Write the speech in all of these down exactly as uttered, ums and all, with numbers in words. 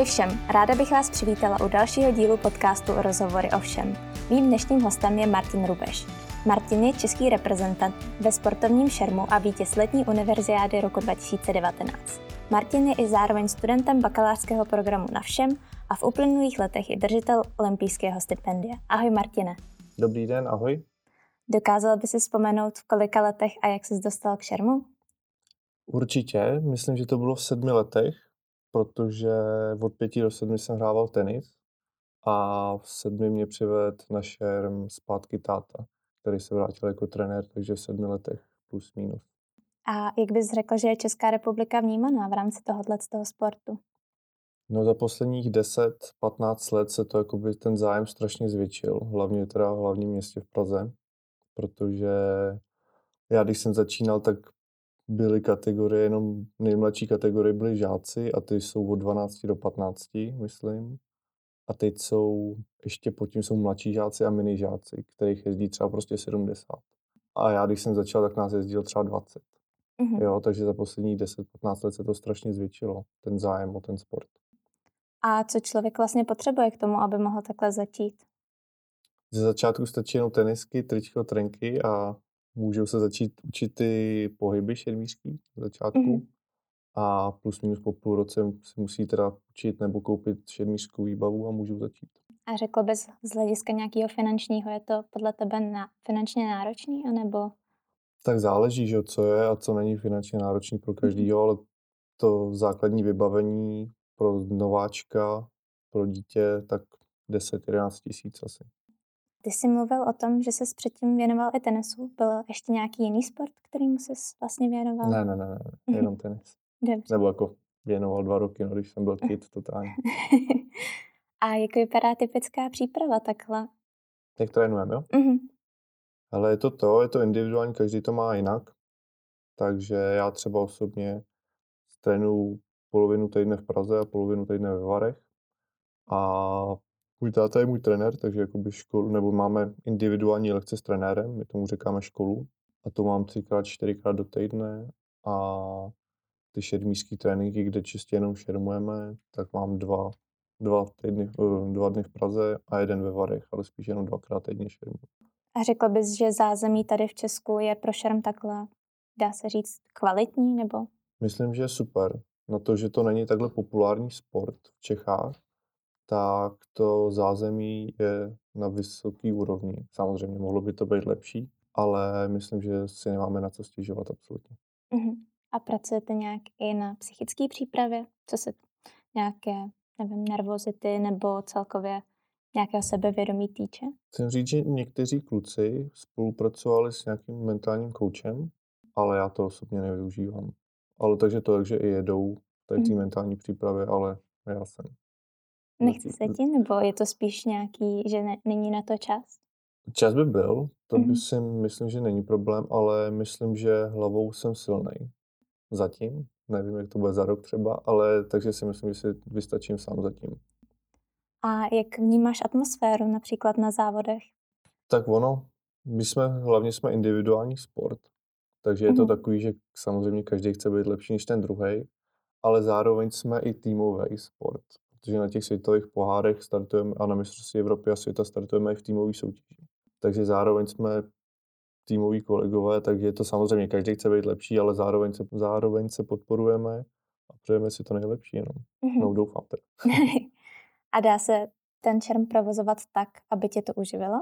všem, ráda bych vás přivítala u dalšího dílu podcastu Rozhovory o všem. Mým dnešním hostem je Martin Rubeš. Martin je český reprezentant ve sportovním šermu a vítěz letní univerziády roku dva tisíce devatenáct. Martin je i zároveň studentem bakalářského programu na všem a v uplynulých letech je držitel olympijského stipendia. Ahoj Martine. Dobrý den, ahoj. Dokázal by si vzpomenout v kolika letech a jak jsi dostal k šermu? Určitě, myslím, že to bylo v sedmi letech, protože od pěti do sedmi jsem hrával tenis a v sedmi mě přivedl na šerm zpátky táta, který se vrátil jako trenér, takže v sedmi letech plus minus. A jak bys řekl, že je Česká republika vnímaná v rámci tohohle z toho sportu? No za posledních deset patnáct let se to jakoby ten zájem strašně zvětšil, hlavně teda v hlavním městě v Praze, protože já když jsem začínal, tak byly kategorie, jenom nejmladší kategorie byly žáci a ty jsou od dvanácti do patnácti, myslím. A teď jsou, ještě pod tím jsou mladší žáci a mini žáci, kterých jezdí třeba prostě sedmdesát. A já, když jsem začal, tak nás jezdilo třeba dvacet. Mhm. Jo, takže za posledních deset patnáct let se to strašně zvětšilo, ten zájem o ten sport. A co člověk vlastně potřebuje k tomu, aby mohl takhle začít? Ze začátku stačí jenom tenisky, tričko, trenky a můžou se začít učit ty pohyby šermířský v začátku. Mhm. A plus minus po půl roce si musí teda učit nebo koupit šermířskou výbavu a můžou začít. A řekl bys z hlediska nějakého finančního, je to podle tebe na, finančně náročný, anebo? Tak záleží, že co je a co není finančně náročný pro každýho, ale to základní vybavení pro nováčka, pro dítě, tak deset jedenáct tisíc asi. Ty jsi mluvil o tom, že jsi předtím věnoval i tenisu. Byl ještě nějaký jiný sport, kterýmu jsi vlastně věnoval? Ne, ne, ne, ne, jenom tenis. Dobře. Nebo jako věnoval dva roky, no, když jsem byl kid totálně. A jak vypadá typická příprava takhle? Jak trénujeme, jo? Mhm. Ale je to to, je to individuální, každý to má jinak. Takže já třeba osobně trénuju polovinu týdne v Praze a polovinu týdne ve Varech. A můj táta je můj trenér, takže jakoby školu, nebo máme individuální lekce s trenérem, my tomu říkáme školu. A to mám třikrát, čtyřikrát do týdne. A ty šermířský tréninky, kde čistě jenom šermujeme, tak mám dva, dva, týdny, dva dny v Praze a jeden ve Varech, ale spíš jenom dvakrát týdně šermuju. A řekl bys, že zázemí tady v Česku je pro šerm takhle, dá se říct, kvalitní, nebo? Myslím, že je super. Na to, že to není takhle populární sport v Čechách, tak to zázemí je na vysoký úrovni. Samozřejmě mohlo by to být lepší, ale myslím, že si nemáme na co stěžovat absolutně. Mhm. A pracujete nějak i na psychické přípravě? Co se nějaké, nevím, nervozity nebo celkově nějakého sebevědomí týče? Chci říct, že někteří kluci spolupracovali s nějakým mentálním koučem, ale já to osobně nevyužívám. Ale takže to, takže i jedou tady té Mhm. mentální přípravě, ale já jsem. Nechce se ti, nebo je to spíš nějaký, že ne, není na to čas? Čas by byl, to by Mhm. si myslím, že není problém, ale myslím, že hlavou jsem silnej. Zatím. Nevím, jak to bude za rok třeba, ale takže si myslím, že si vystačím sám zatím. A jak vnímáš atmosféru například na závodech? Tak ono, my jsme, hlavně jsme individuální sport, takže je to Mhm. takový, že samozřejmě každý chce být lepší než ten druhej, ale zároveň jsme i týmový sport, protože na těch světových pohárech startujeme a na mistrovství Evropy a světa startujeme i v týmové soutěži. Takže zároveň jsme týmoví kolegové, takže je to samozřejmě, každý chce být lepší, ale zároveň se, zároveň se podporujeme a přejeme si to nejlepší jenom. Mhm. No doufám teda. A dá se ten šerm provozovat tak, aby tě to uživilo?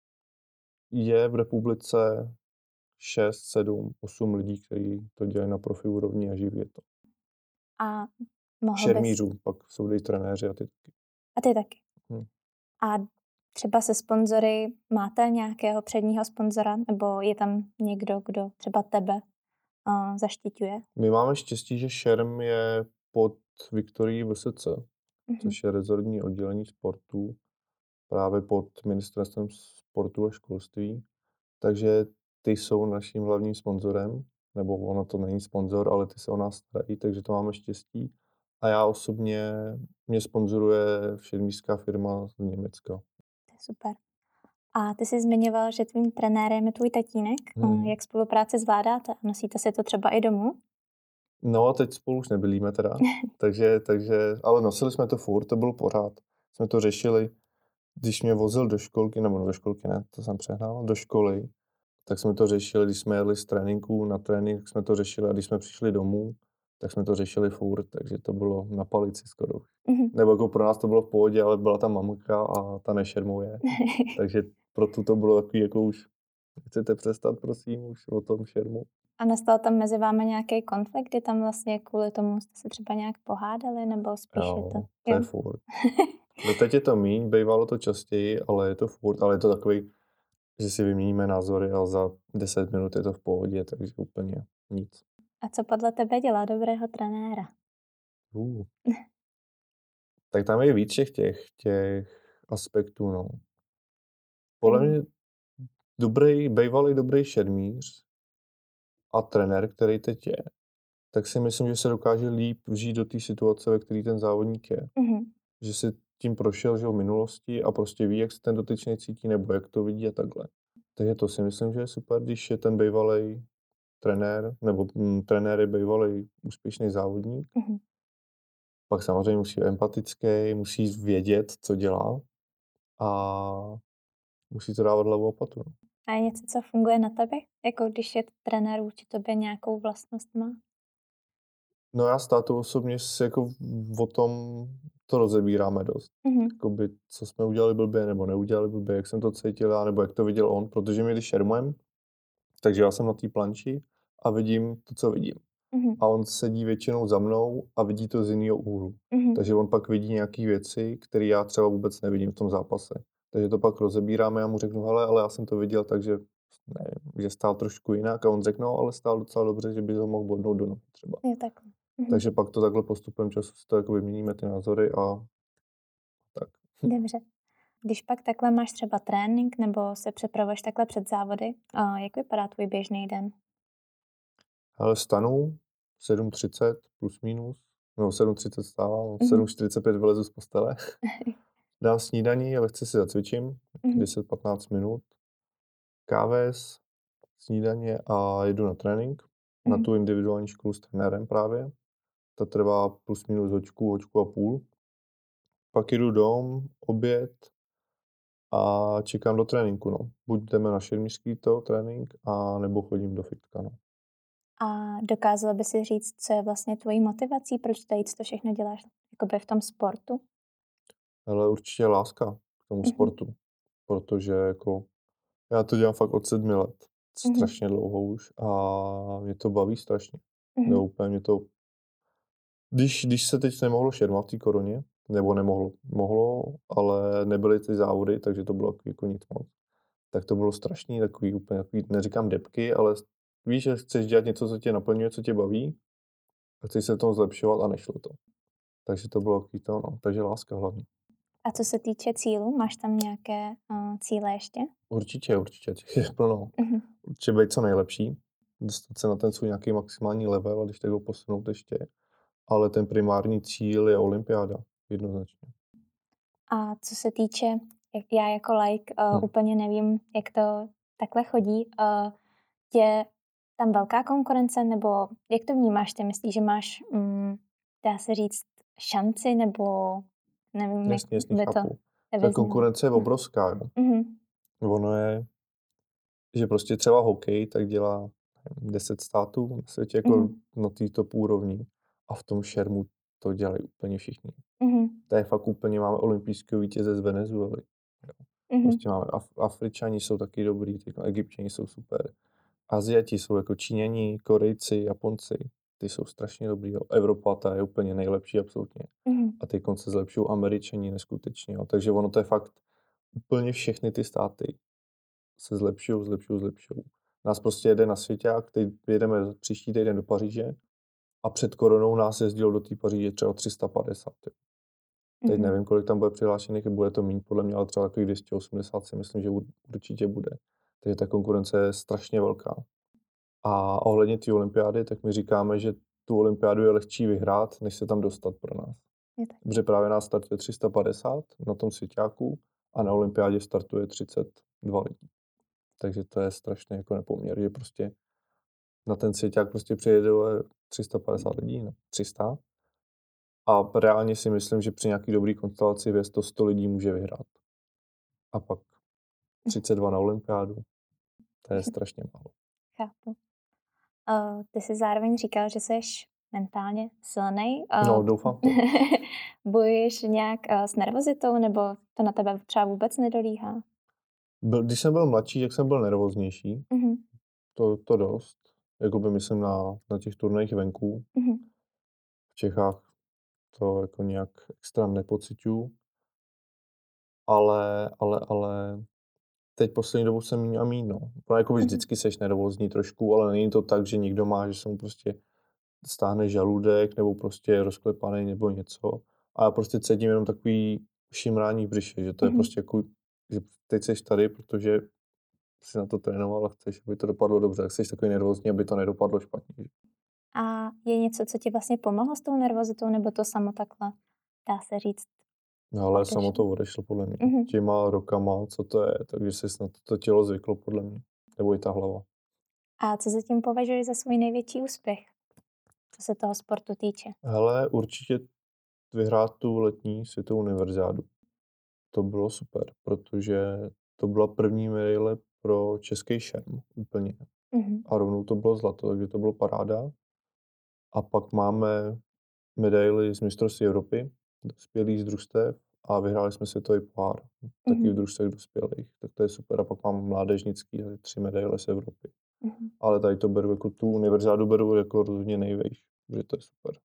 Je v republice šest, sedm, osm lidí, kteří to dělají na profi úrovni a živí je to. A mohl bys... Šermířů, pak jsou i trenéři a ty taky. A ty taky. Hm. A třeba se sponzory, máte nějakého předního sponzora, nebo je tam někdo, kdo třeba tebe uh, zaštiťuje? My máme štěstí, že šerm je pod Viktorií V S C, Mhm. což je rezortní oddělení sportu, právě pod ministerstvem sportu a školství. Takže ty jsou naším hlavním sponzorem, nebo ono to není sponzor, ale ty se o nás starají, takže to máme štěstí. A já osobně, mě sponzoruje šermířská firma z Německa. To je super. A ty jsi zmiňoval, že tvým trenérem je tvůj tatínek. Hmm. Jak spolupráci zvládáte? Nosíte si to třeba i domů? No a teď spolu už nebydlíme teda, takže, takže, ale nosili jsme to furt, to bylo pořád. Jsme to řešili, když mě vozil do školky, nebo no do školky ne, to jsem přehnal, do školy, tak jsme to řešili, když jsme jeli z tréninku na trénink, tak jsme to řešili a když jsme přišli domů, tak jsme to řešili furt, takže to bylo na palici skoro. Mhm. Nebo jako pro nás to bylo v pohodě, ale byla tam mamka a ta nešermuje. Takže pro tu to bylo takový jako už, chcete přestat, prosím, už o tom šermu. A nastal tam mezi vámi nějaký konflikt, kdy tam vlastně kvůli tomu jste se třeba nějak pohádali, nebo spíš Jo, je to? to je furt. No teď je to míň, bývalo to častěji, ale je to furt, ale je to takový, že si vyměníme názory a za deset minut je to v pohodě, takže úplně nic. A co podle tebe dělá dobrého trenéra? Uh. Tak tam je víc všech těch, těch aspektů, no. Podle Hmm. mě dobrý, bývalý dobrý šermíř a trenér, který teď je, tak si myslím, že se dokáže líp vžít do té situace, ve které ten závodník je. Mhm. Že si tím prošel, že v minulosti a prostě ví, jak se ten dotyčný cítí, nebo jak to vidí a takhle. Takže to si myslím, že je super, když je ten bývalý trenér, nebo mm, trenér je bývalý úspěšný závodník. Mhm. Pak samozřejmě musí být empatický, musí vědět, co dělá a musí to dávat hlavu a patu. No. A je něco, co funguje na tebe? Jako když je trenér vůči tobě nějakou vlastnost má? No já s tátou osobně si jako o tom to rozebíráme dost. Mhm. Jakoby, co jsme udělali blbě nebo neudělali blbě, jak jsem to cítil já, nebo jak to viděl on, protože my když šermujeme, takže já jsem na té planči a vidím to, co vidím. Mhm. A on sedí většinou za mnou a vidí to z jiného úhlu. Mhm. Takže on pak vidí nějaké věci, které já třeba vůbec nevidím v tom zápase. Takže to pak rozebíráme a mu řeknu, hele, ale já jsem to viděl, takže nevím, že stál trošku jinak a on řekne, no, ale stál docela dobře, že by ho mohl bodnout do nohy třeba. Jo, takhle. Mhm. Takže pak to takhle postupem času si to jako vyměníme ty názory a tak. Dobře. Když pak takhle máš třeba trénink nebo se připravuješ takhle před závody, a jak vypadá tvůj běžný den? Ale vstanu sedm třicet plus minus, no sedm třicet stávám, Mhm. sedm čtyřicet pět vylezu z postele, dám snídaní, lehce si zacvičím, Mhm. deset patnáct minut, káves, snídaně a jedu na trénink, na Mhm. tu individuální školu s trenérem právě. Ta trvá plus minus hoďku, hoďku a půl. Pak jdu dom, oběd a čekám do tréninku, no. Buď jdeme na šermířský to trénink, a nebo chodím do fitka, no. A dokázala by si říct, co je vlastně tvojí motivací, proč tady to všechno děláš jakoby v tom sportu? Ale určitě láska k tomu Mhm. sportu, protože jako já to dělám fakt od sedmi let, Mhm. strašně dlouho už a mě to baví strašně. Mhm. No úplně mě to, když, když se teď nemohlo šermovat v té koroně, nebo nemohlo, mohlo, ale nebyly ty závody, takže to bylo jako, jako nic moc. Tak to bylo strašný, takový úplně, takový, neříkám depky, ale víš, že chceš dělat něco, co tě naplňuje, co tě baví a chceš se v tom zlepšovat a nešlo to. Takže to bylo takový to, no, takže láska hlavně. A co se týče cílů, máš tam nějaké uh, cíle ještě? Určitě, určitě, těch je plno. Mhm. Určitě být co nejlepší, dostat se na ten svůj nějaký maximální level, a když tak ho posunout ještě. Ale ten primární cíl je olympiáda, jednoznačně. A co se týče, jak já jako like uh, Hm. úplně nevím, jak to takhle chodí, uh, je tam velká konkurence, nebo jak to vnímáš? Ty myslíš, že máš, mm, dá se říct, šanci, nebo nevím, Jasně, jak jasně, by to chápu. Ta vyznělo? konkurence je obrovská, jo. Mhm. Ono je, že prostě třeba hokej tak dělá nevím, deset států na světě jako Mhm. na té top úrovni a v tom šermu to dělají úplně všichni. Mhm. To je fakt úplně, máme olympijského vítěze z Venezuely. Jo. Mhm. Prostě máme Af- Afričani jsou taky dobrý, ty Egypťani jsou super. Aziati jsou jako Číňani, Korejci, Japonci, ty jsou strašně dobrý. Jo. Evropa, ta je úplně nejlepší absolutně. Mhm. A teď se zlepšují Američani neskutečně. Jo. Takže ono to je fakt úplně všechny ty státy se zlepšují, zlepšují, zlepšují. Nás prostě jede na svěťák, teď jedeme příští týden do Paříže a před koronou nás jezdilo do té Paříže třeba tři sta padesát. Jo. Teď Mhm. nevím, kolik tam bude přihlášených, bude to méně podle mě, ale třeba takových dvě stě osmdesát si myslím, že určitě bude. Takže ta konkurence je strašně velká. A ohledně té olympiády, tak my říkáme, že tu olympiádu je lehčí vyhrát, než se tam dostat pro nás. Je tak. Protože právě nás startuje tři sta padesát na tom svěťáku a na olympiádě startuje třicet dva lidí. Takže to je strašně jako nepoměr, že prostě na ten svěťák prostě přijede tři sta padesát lidí, no, tři sta. A reálně si myslím, že při nějaký dobrý konstelaci ve sto, sto lidí může vyhrát. A pak třicet dva na olympiádu. To je strašně málo. Chápu. Uh, ty jsi zároveň říkal, že jsi mentálně silnej. Uh, No, doufám to. Bojuješ nějak uh, s nervozitou, nebo to na tebe třeba vůbec nedolíhá? Byl, když jsem byl mladší, tak jsem byl nervóznější. Uh-huh. To, to dost. Jakoby myslím na, na těch turnajích venku. Uh-huh. V Čechách to jako nějak extra nepociťuju. Ale, ale, ale teď poslední dobu jsem míň a míň, no. No jakoby Uh-huh. vždycky seš nervózní trošku, ale není to tak, že někdo má, že se mu prostě stáhne žaludek nebo prostě je rozklepaný nebo něco. A já prostě cítím jenom takový šimrání v břiše, že to je Uh-huh. prostě jako, že teď seš tady, protože jsi na to trénoval a chceš, aby to dopadlo dobře, tak jsi takový nervózní, aby to nedopadlo špatně. A je něco, co ti vlastně pomohlo s tou nervozitou, nebo to samo takhle, dá se říct? No, ale odešlo? samo to odešlo podle mě. Uh-huh. Těma rokama, co to je, takže se snad to tělo zvyklo podle mě. Nebo i ta hlava. A co zatím považuješ za svůj největší úspěch, co se toho sportu týče? Hele, určitě vyhrát tu letní světovou univerziádu. To bylo super, protože to byla první medaile pro český šerm úplně. Uh-huh. A rovnou to bylo zlato, takže to bylo paráda. A pak máme medaily z mistrovství Evropy, dospělých z družstev a vyhráli jsme světový pohár, taky Uh-huh. v družstvech dospělých, tak to je super. A pak mám mládežnický, tři medaile z Evropy. Uh-huh. Ale tady to beru jako tu univerziádu beru jako rozhodně nejvejš, protože to je super.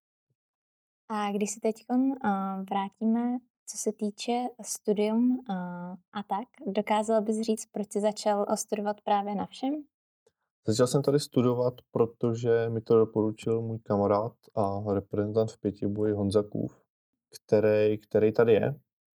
A když se teď uh, vrátíme, co se týče studium uh, a tak, dokázal bys říct, proč jsi začal studovat právě na všem? Začal jsem tady studovat, protože mi to doporučil můj kamarád a reprezentant v pětiboji Honza Kův, který, který tady je.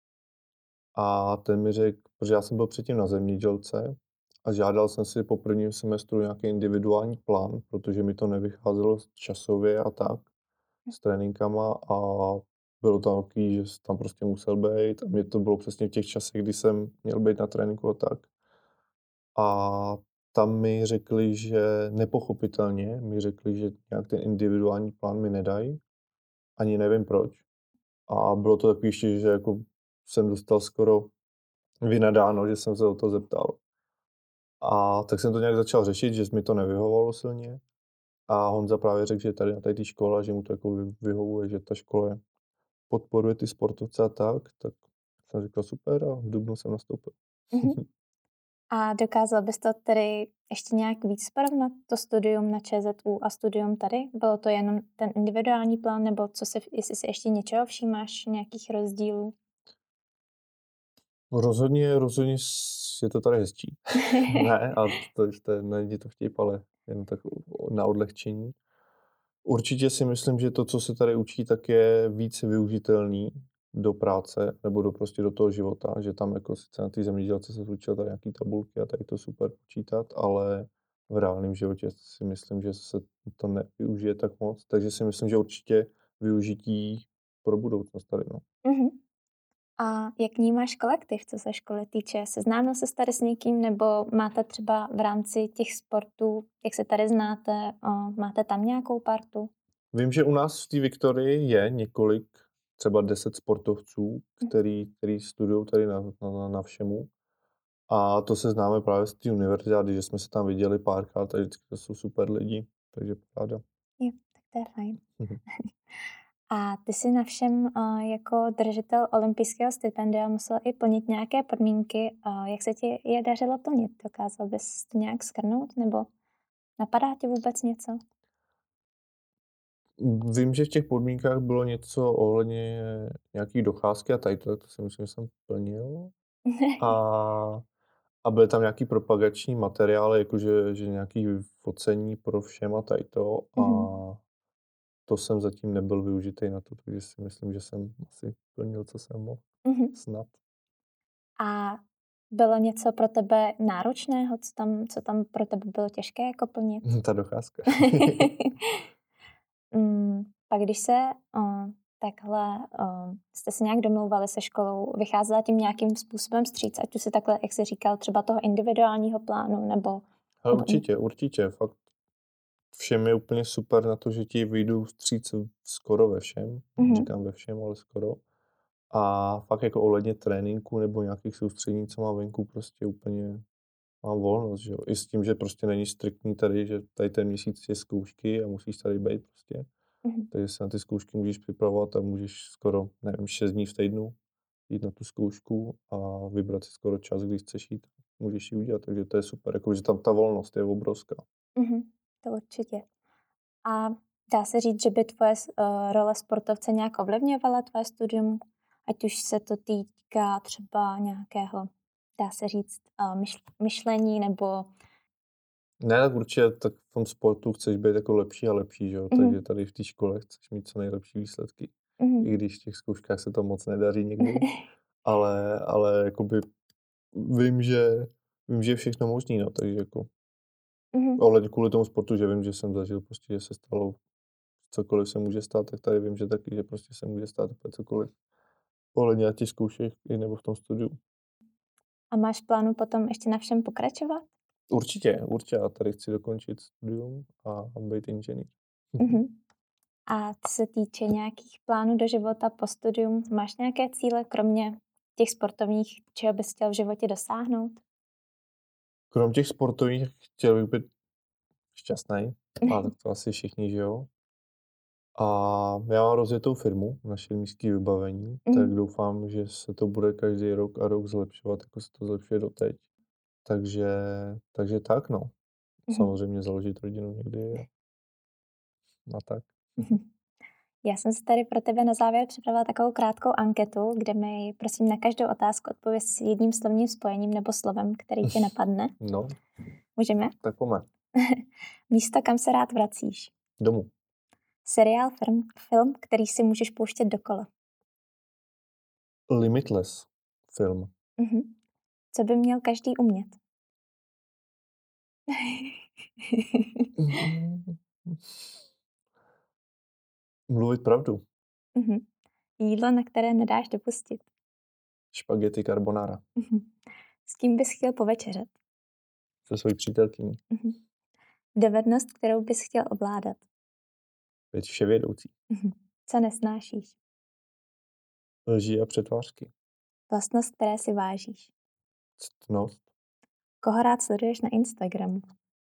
A ten mi řekl, protože já jsem byl předtím na zemědělce a žádal jsem si po prvním semestru nějaký individuální plán, protože mi to nevycházelo časově a tak, s tréninkama a bylo to takový, že tam prostě musel být a mě to bylo přesně v těch časech, kdy jsem měl být na tréninku a tak. A tam mi řekli, že nepochopitelně mi řekli, že nějak ten individuální plán mi nedají, ani nevím proč. A bylo to takový ještě, že jako jsem dostal skoro vynadáno, že jsem se o to zeptal. A tak jsem to nějak začal řešit, že mi to nevyhovovalo silně. A Honza právě řekl, že tady na té škole, že mu to jako vyhovuje, že ta škola podporuje ty sportovce a tak, tak jsem říkal super a v dubnu jsem nastoupil. Uh-huh. A dokázal bys to tedy ještě nějak víc porovnat, to studium na ČZU a studium tady? Bylo to jenom ten individuální plán, nebo co se, jestli si ještě něčeho všímáš, nějakých rozdílů? Rozhodně, rozhodně je to tady hezčí. Ne, a to, to není to vtip, ale jen tak na odlehčení. Určitě si myslím, že to, co se tady učí, tak je víc využitelný do práce nebo do prostě do toho života, že tam jako sice na té zemědělce se učil tady nějaký tabulky a tady to super počítat, ale v reálném životě si myslím, že se to nevyužije tak moc, takže si myslím, že určitě využití pro budoucnost tady, no. Uh-huh. A jak vnímáš kolektiv, co se školy týče? Seznámil se tady s někým, nebo máte třeba v rámci těch sportů, jak se tady znáte, o, máte tam nějakou partu? Vím, že u nás v té Viktorii je několik, třeba deset sportovců, který, který studují tady na, na, na všemu. A to se známe právě z té univerziády, že jsme se tam viděli párkrát a vždycky to jsou super lidi, takže paráda. Jo, tak to je fajn. Mhm. A ty si na všem uh, jako držitel olympijského stipendia musel i plnit nějaké podmínky. Uh, jak se ti je dařilo plnit? Dokázal bys to nějak skrnout, nebo napadá ti vůbec něco? Vím, že v těch podmínkách bylo něco ohledně nějaký docházky a tady to, to si myslím, že jsem plnil. A, a byly tam nějaký propagační materiály, jakože že nějaký focení pro všem a tady to. A Mhm. to jsem zatím nebyl využitý na to, takže si myslím, že jsem asi plnil, co jsem mohl. Mhm. Snad. A bylo něco pro tebe náročného, co tam, co tam pro tebe bylo těžké jako plnit? Ta docházka. mm, pak když se o, takhle o, jste se nějak domlouvali se školou, vycházela tím nějakým způsobem vstříc, ať už si takhle, jak jsi říkal, třeba toho individuálního plánu, nebo... Ale nebo určitě, určitě, fakt. všem je úplně super na to, že ti vyjdou vstříc skoro ve všem. Mhm. Říkám ve všem, ale skoro. A fakt jako ohledně tréninku nebo nějakých soustředění, co mám venku, prostě úplně mám volnost, že jo. I s tím, že prostě není striktní tady, že tady ten měsíc je zkoušky a musíš tady být prostě. Mhm. Takže se na ty zkoušky můžeš připravovat a můžeš skoro, nevím, šest dní v týdnu jít na tu zkoušku a vybrat si skoro čas, když chceš jít. Můžeš ji udělat, takže to je super. Jako, že tam ta volnost je obrovská. Mhm. To určitě. A dá se říct, že by tvoje uh, role sportovce nějak ovlivňovala tvoje studium? Ať už se to týká třeba nějakého, dá se říct, uh, myšl- myšlení nebo... Ne, tak určitě tak v tom sportu chceš být jako lepší a lepší, že jo? Mhm. Takže tady v té škole chceš mít co nejlepší výsledky. Mhm. I když v těch zkouškách se to moc nedaří někdy. ale, ale jakoby vím, že vím, že je všechno možný, no, takže jako Mhm. ale kvůli tomu sportu, že vím, že jsem zažil prostě, že se stalo cokoliv se může stát, tak tady vím, že taky, že prostě se může stát úplně cokoliv. Ohledně těch zkoušek i nebo v tom studiu. A máš v plánu potom ještě na všem pokračovat? Určitě, určitě. Já tady chci dokončit studium a být inženýr. Mhm. A co se týče nějakých plánů do života po studium, máš nějaké cíle, kromě těch sportovních, čeho bys chtěl v životě dosáhnout? Krom těch sportovních chtěl bych být šťastný, a tak to asi všichni, že jo. A já mám rozjetou firmu, naše místní vybavení, Mhm. tak doufám, že se to bude každý rok a rok zlepšovat, jako se to zlepšuje doteď. Takže, takže tak, no. Mhm. Samozřejmě založit rodinu někdy a, a tak. Mhm. Já jsem si tady pro tebe na závěr připravila takovou krátkou anketu, kde mi prosím na každou otázku odpověz s jedním slovním spojením nebo slovem, který tě napadne. No, Můžeme? tak pojďme. Místo, kam se rád vracíš. Domů. Seriál, film, film, který si můžeš pouštět dokola. Limitless film. Mhm. Co by měl každý umět? Mluvit pravdu. Mhm. Jídlo, na které nedáš dopustit. Špagety carbonara. Mhm. S kým bys chtěl povečeřet? Se svojí přítelkyní. Mhm. Dovednost, kterou bys chtěl ovládat. Být vševědoucí. Mhm. Co nesnášíš? Lži a přetvářky. Vlastnost, které si vážíš. Ctnost. Koho rád sleduješ na Instagramu?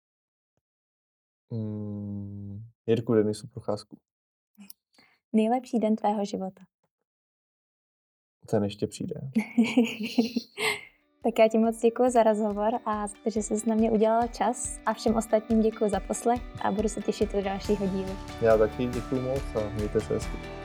Mm, Jirku Denisu Procházku. Nejlepší den tvého života. Ten ještě přijde. Tak já ti moc děkuji za rozhovor a za to, že jsi na mě udělala čas a všem ostatním děkuji za poslech a budu se těšit u dalšího dílu. Já taky děkuji moc a mějte se hezky.